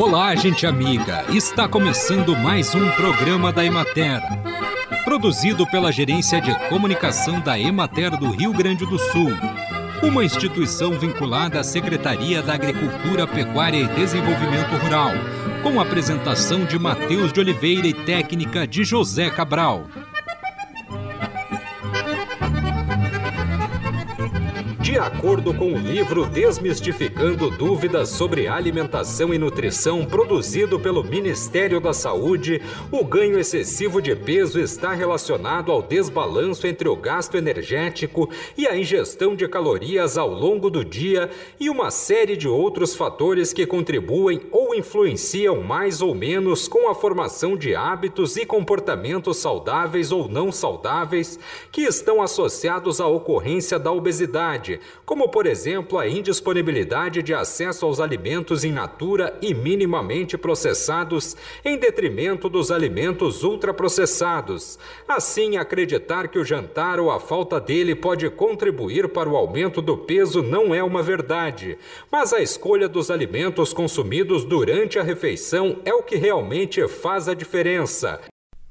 Olá, gente amiga! Está começando mais um programa da Emater, produzido pela Gerência de Comunicação da Emater do Rio Grande do Sul, uma instituição vinculada à Secretaria da Agricultura, Pecuária e Desenvolvimento Rural, com a apresentação de Matheus de Oliveira e técnica de José Cabral. De acordo com o livro Desmistificando Dúvidas sobre Alimentação e Nutrição, produzido pelo Ministério da Saúde, o ganho excessivo de peso está relacionado ao desbalanço entre o gasto energético e a ingestão de calorias ao longo do dia e uma série de outros fatores que contribuem ou influenciam mais ou menos com a formação de hábitos e comportamentos saudáveis ou não saudáveis que estão associados à ocorrência da obesidade, como, por exemplo, a indisponibilidade de acesso aos alimentos in natura e minimamente processados, em detrimento dos alimentos ultraprocessados. Assim, acreditar que o jantar ou a falta dele pode contribuir para o aumento do peso não é uma verdade, mas a escolha dos alimentos consumidos durante a refeição é o que realmente faz a diferença.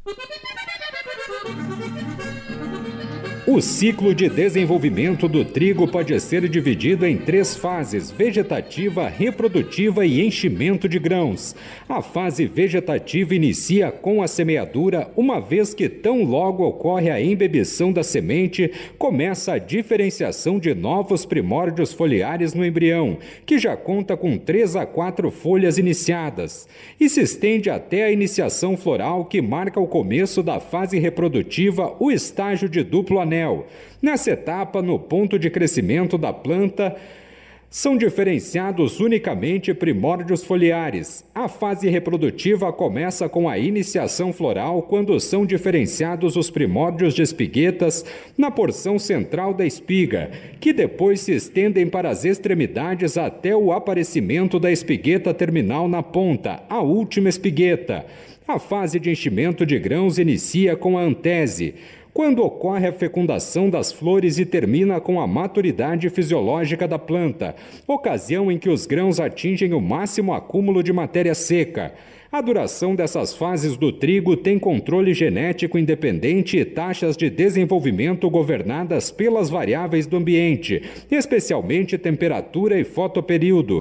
O ciclo de desenvolvimento do trigo pode ser dividido em 3 fases: vegetativa, reprodutiva e enchimento de grãos. A fase vegetativa inicia com a semeadura, uma vez que tão logo ocorre a embebição da semente, começa a diferenciação de novos primórdios foliares no embrião, que já conta com 3 a 4 folhas iniciadas, e se estende até a iniciação floral, que marca o começo da fase reprodutiva, o estágio de duplo anel. Nessa etapa, no ponto de crescimento da planta, são diferenciados unicamente primórdios foliares. A fase reprodutiva começa com a iniciação floral, quando são diferenciados os primórdios de espiguetas na porção central da espiga, que depois se estendem para as extremidades até o aparecimento da espigueta terminal na ponta, a última espigueta. A fase de enchimento de grãos inicia com a antese, quando ocorre a fecundação das flores, e termina com a maturidade fisiológica da planta, ocasião em que os grãos atingem o máximo acúmulo de matéria seca. A duração dessas fases do trigo tem controle genético independente e taxas de desenvolvimento governadas pelas variáveis do ambiente, especialmente temperatura e fotoperíodo.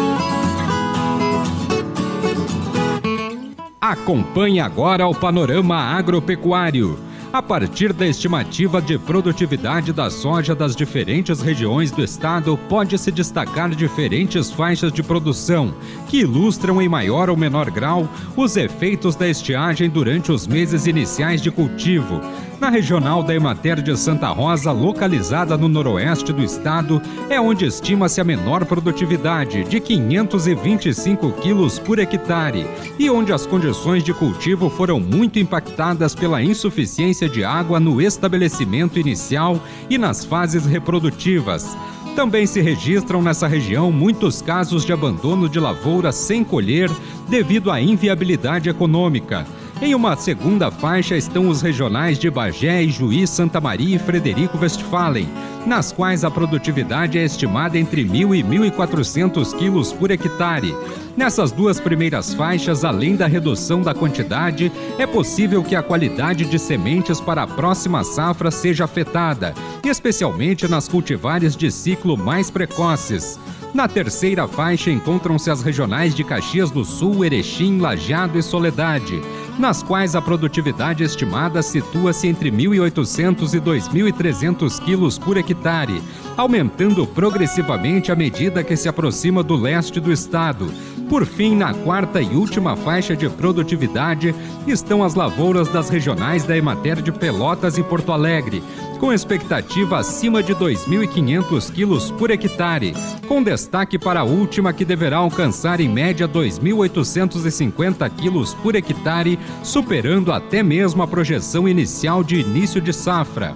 Acompanhe agora o panorama agropecuário. A partir da estimativa de produtividade da soja das diferentes regiões do estado, pode-se destacar diferentes faixas de produção, que ilustram em maior ou menor grau os efeitos da estiagem durante os meses iniciais de cultivo. Na regional da Emater de Santa Rosa, localizada no noroeste do estado, é onde estima-se a menor produtividade, de 525 quilos por hectare, e onde as condições de cultivo foram muito impactadas pela insuficiência de água no estabelecimento inicial e nas fases reprodutivas. Também se registram nessa região muitos casos de abandono de lavoura sem colher devido à inviabilidade econômica. Em uma segunda faixa estão os regionais de Bagé, Ijuí, Santa Maria e Frederico Westphalen, nas quais a produtividade é estimada entre 1.000 e 1.400 quilos por hectare. Nessas 2 primeiras faixas, além da redução da quantidade, é possível que a qualidade de sementes para a próxima safra seja afetada, especialmente nas cultivares de ciclo mais precoces. Na terceira faixa encontram-se as regionais de Caxias do Sul, Erechim, Lajeado e Soledade, nas quais a produtividade estimada situa-se entre 1.800 e 2.300 quilos por hectare, aumentando progressivamente à medida que se aproxima do leste do estado. Por fim, na quarta e última faixa de produtividade estão as lavouras das regionais da Emater de Pelotas e Porto Alegre, com expectativa acima de 2.500 quilos por hectare, com destaque para a última, que deverá alcançar em média 2.850 quilos por hectare, superando até mesmo a projeção inicial de início de safra.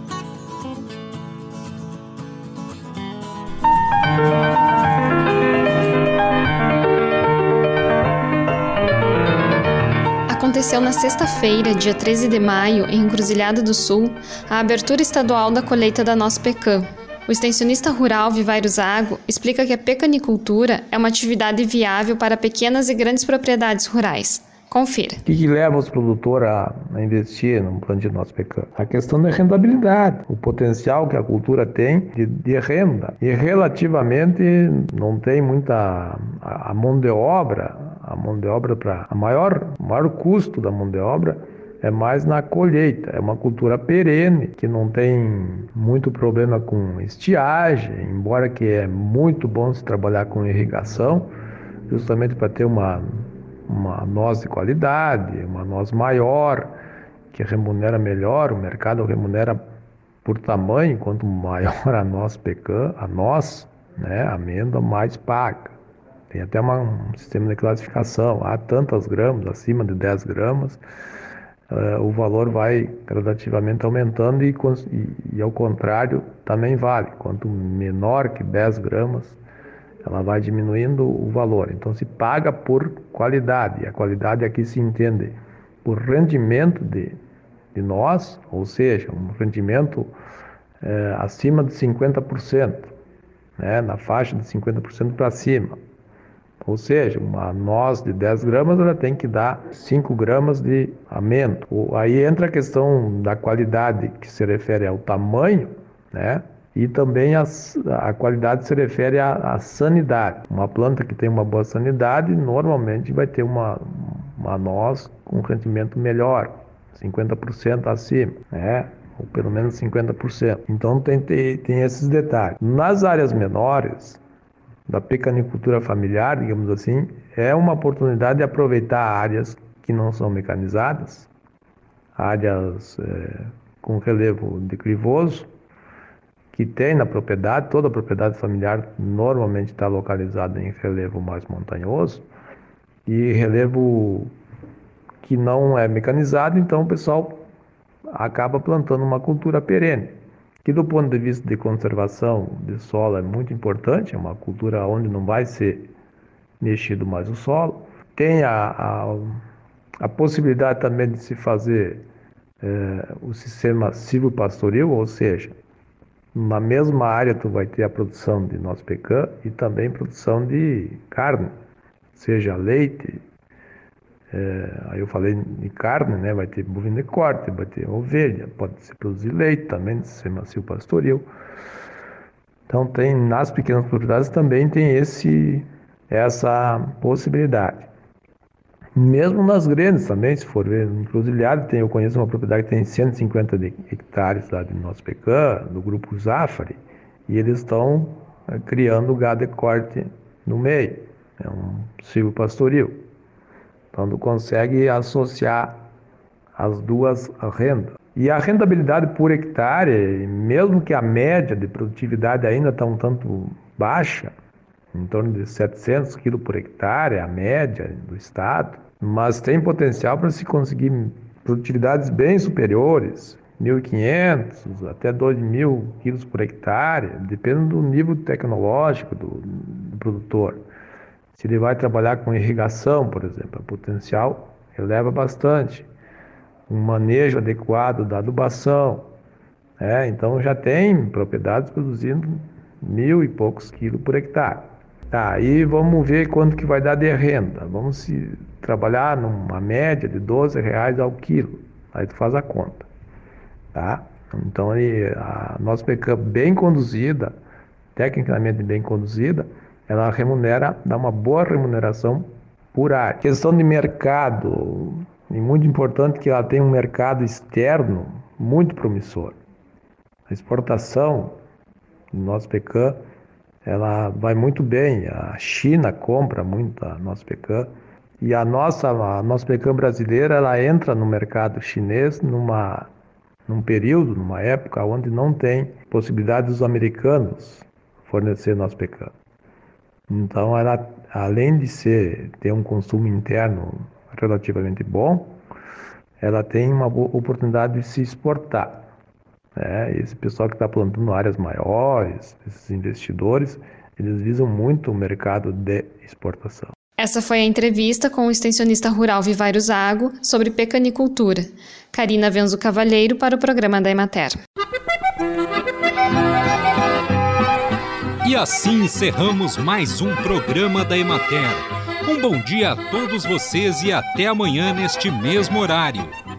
Aconteceu na sexta-feira, dia 13 de maio, em Encruzilhada do Sul, a abertura estadual da colheita da nossa pecan. O extensionista rural Vivairo Zago explica que a pecanicultura é uma atividade viável para pequenas e grandes propriedades rurais. Confira. O que leva os produtores a investir no plantio de nosso pecan? A questão da rentabilidade, o potencial que a cultura tem de renda. E relativamente não tem muita a mão de obra para o maior custo da mão de obra é mais na colheita. É uma cultura perene, que não tem muito problema com estiagem, embora que é muito bom se trabalhar com irrigação, justamente para ter uma noz de qualidade, uma noz maior, que remunera melhor, o mercado remunera por tamanho, quanto maior a noz pecan, a amêndoa, mais paga. Tem até um sistema de classificação, há tantas gramas, acima de 10 gramas, o valor vai gradativamente aumentando e ao contrário também vale, quanto menor que 10 gramas, ela vai diminuindo o valor. Então se paga por qualidade, e a qualidade aqui se entende por rendimento de noz, ou seja, um rendimento acima de 50%, na faixa de 50% para cima. Ou seja, uma noz de 10 gramas ela tem que dar 5 gramas de amêndoa. Aí entra a questão da qualidade, que se refere ao tamanho, e também a qualidade se refere à sanidade. Uma planta que tem uma boa sanidade, normalmente vai ter uma noz com rendimento melhor, 50% acima, ou pelo menos 50%. Então tem esses detalhes. Nas áreas menores da pecanicultura familiar, digamos assim, é uma oportunidade de aproveitar áreas que não são mecanizadas, áreas com relevo declivoso, que tem na propriedade, toda a propriedade familiar normalmente está localizada em relevo mais montanhoso e relevo que não é mecanizado, então o pessoal acaba plantando uma cultura perene, que do ponto de vista de conservação de solo é muito importante, é uma cultura onde não vai ser mexido mais o solo. Tem a possibilidade também de se fazer o sistema silvopastoril, ou seja, na mesma área tu vai ter a produção de noz pecan e também produção de carne, seja leite, aí eu falei de carne, vai ter bovino de corte, vai ter ovelha, pode se produzir leite também, sistema silvopastoril. Então nas pequenas propriedades também tem essa possibilidade. Mesmo nas grandes também, se for ver, no Encruzilhada, eu conheço uma propriedade que tem 150 hectares lá de noz pecan, do grupo Zafari, e eles estão criando gado de corte no meio, é um silvopastoril. Então tu consegue associar as duas rendas. E a rentabilidade por hectare, mesmo que a média de produtividade ainda está um tanto baixa, em torno de 700 kg por hectare, a média do estado, mas tem potencial para se conseguir produtividades bem superiores, 1.500 até 2.000 kg por hectare, depende do nível tecnológico do produtor. Se ele vai trabalhar com irrigação, por exemplo, o potencial eleva bastante. Um manejo adequado da adubação, então já tem propriedades produzindo 1.000 e poucos quilos por hectare. Aí vamos ver quanto que vai dar de renda. Vamos trabalhar numa média de R$12 ao quilo. Aí tu faz a conta. Então a noz pecan bem conduzida, tecnicamente bem conduzida, ela dá uma boa remuneração por área. Questão de mercado, e muito importante que ela tem um mercado externo muito promissor. A exportação de noz pecan, ela vai muito bem. A China compra muito a noz pecan e a noz pecan brasileira, ela entra no mercado chinês num período, numa época onde não tem possibilidade dos americanos fornecer noz pecan. Então ela, além de ter um consumo interno relativamente bom, ela tem uma boa oportunidade de se exportar. Esse pessoal que está plantando áreas maiores, esses investidores, eles visam muito o mercado de exportação. Essa foi a entrevista com o extensionista rural Vivairo Zago sobre pecanicultura. Carina Venzo Cavalheiro para o programa da Emater. E assim encerramos mais um programa da Emater. Um bom dia a todos vocês e até amanhã neste mesmo horário.